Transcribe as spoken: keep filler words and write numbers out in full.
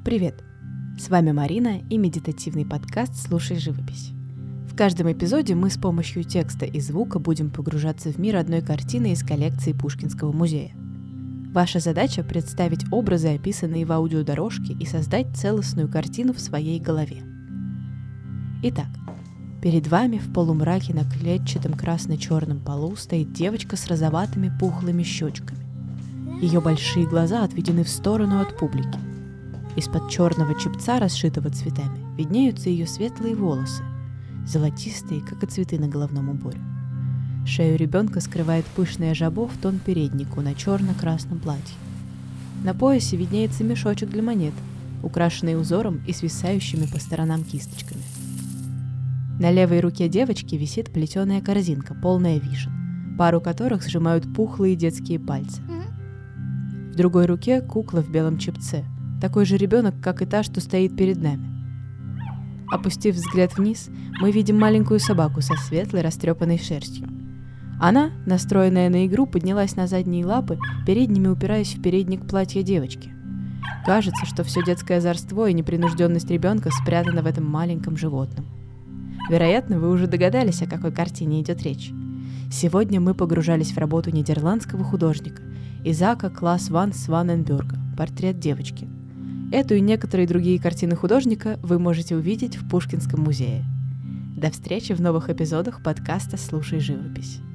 Привет! С вами Марина и медитативный подкаст «Слушай живопись». В каждом эпизоде мы с помощью текста и звука будем погружаться в мир одной картины из коллекции Пушкинского музея. Ваша задача — представить образы, описанные в аудиодорожке, и создать целостную картину в своей голове. Итак, перед вами в полумраке на клетчатом красно-черном полу стоит девочка с розоватыми пухлыми щечками. Ее большие глаза отведены в сторону от публики. Из-под черного чепца, расшитого цветами, виднеются ее светлые волосы, золотистые, как и цветы на головном уборе. Шею ребенка скрывает пышное жабо в тон переднику на черно-красном платье. На поясе виднеется мешочек для монет, украшенный узором и свисающими по сторонам кисточками. На левой руке девочки висит плетеная корзинка, полная вишен, пару которых сжимают пухлые детские пальцы. В другой руке кукла в белом чепце, такой же ребенок, как и та, что стоит перед нами. Опустив взгляд вниз, мы видим маленькую собаку со светлой растрепанной шерстью. Она, настроенная на игру, поднялась на задние лапы, передними упираясь в передник платья девочки. Кажется, что все детское озорство и непринужденность ребенка спрятано в этом маленьком животном. Вероятно, вы уже догадались, о какой картине идет речь. Сегодня мы погружались в работу нидерландского художника Изаака Клас ван Сваненберга «Портрет девочки». Эту и некоторые другие картины художника вы можете увидеть в Пушкинском музее. До встречи в новых эпизодах подкаста «Слушай живопись».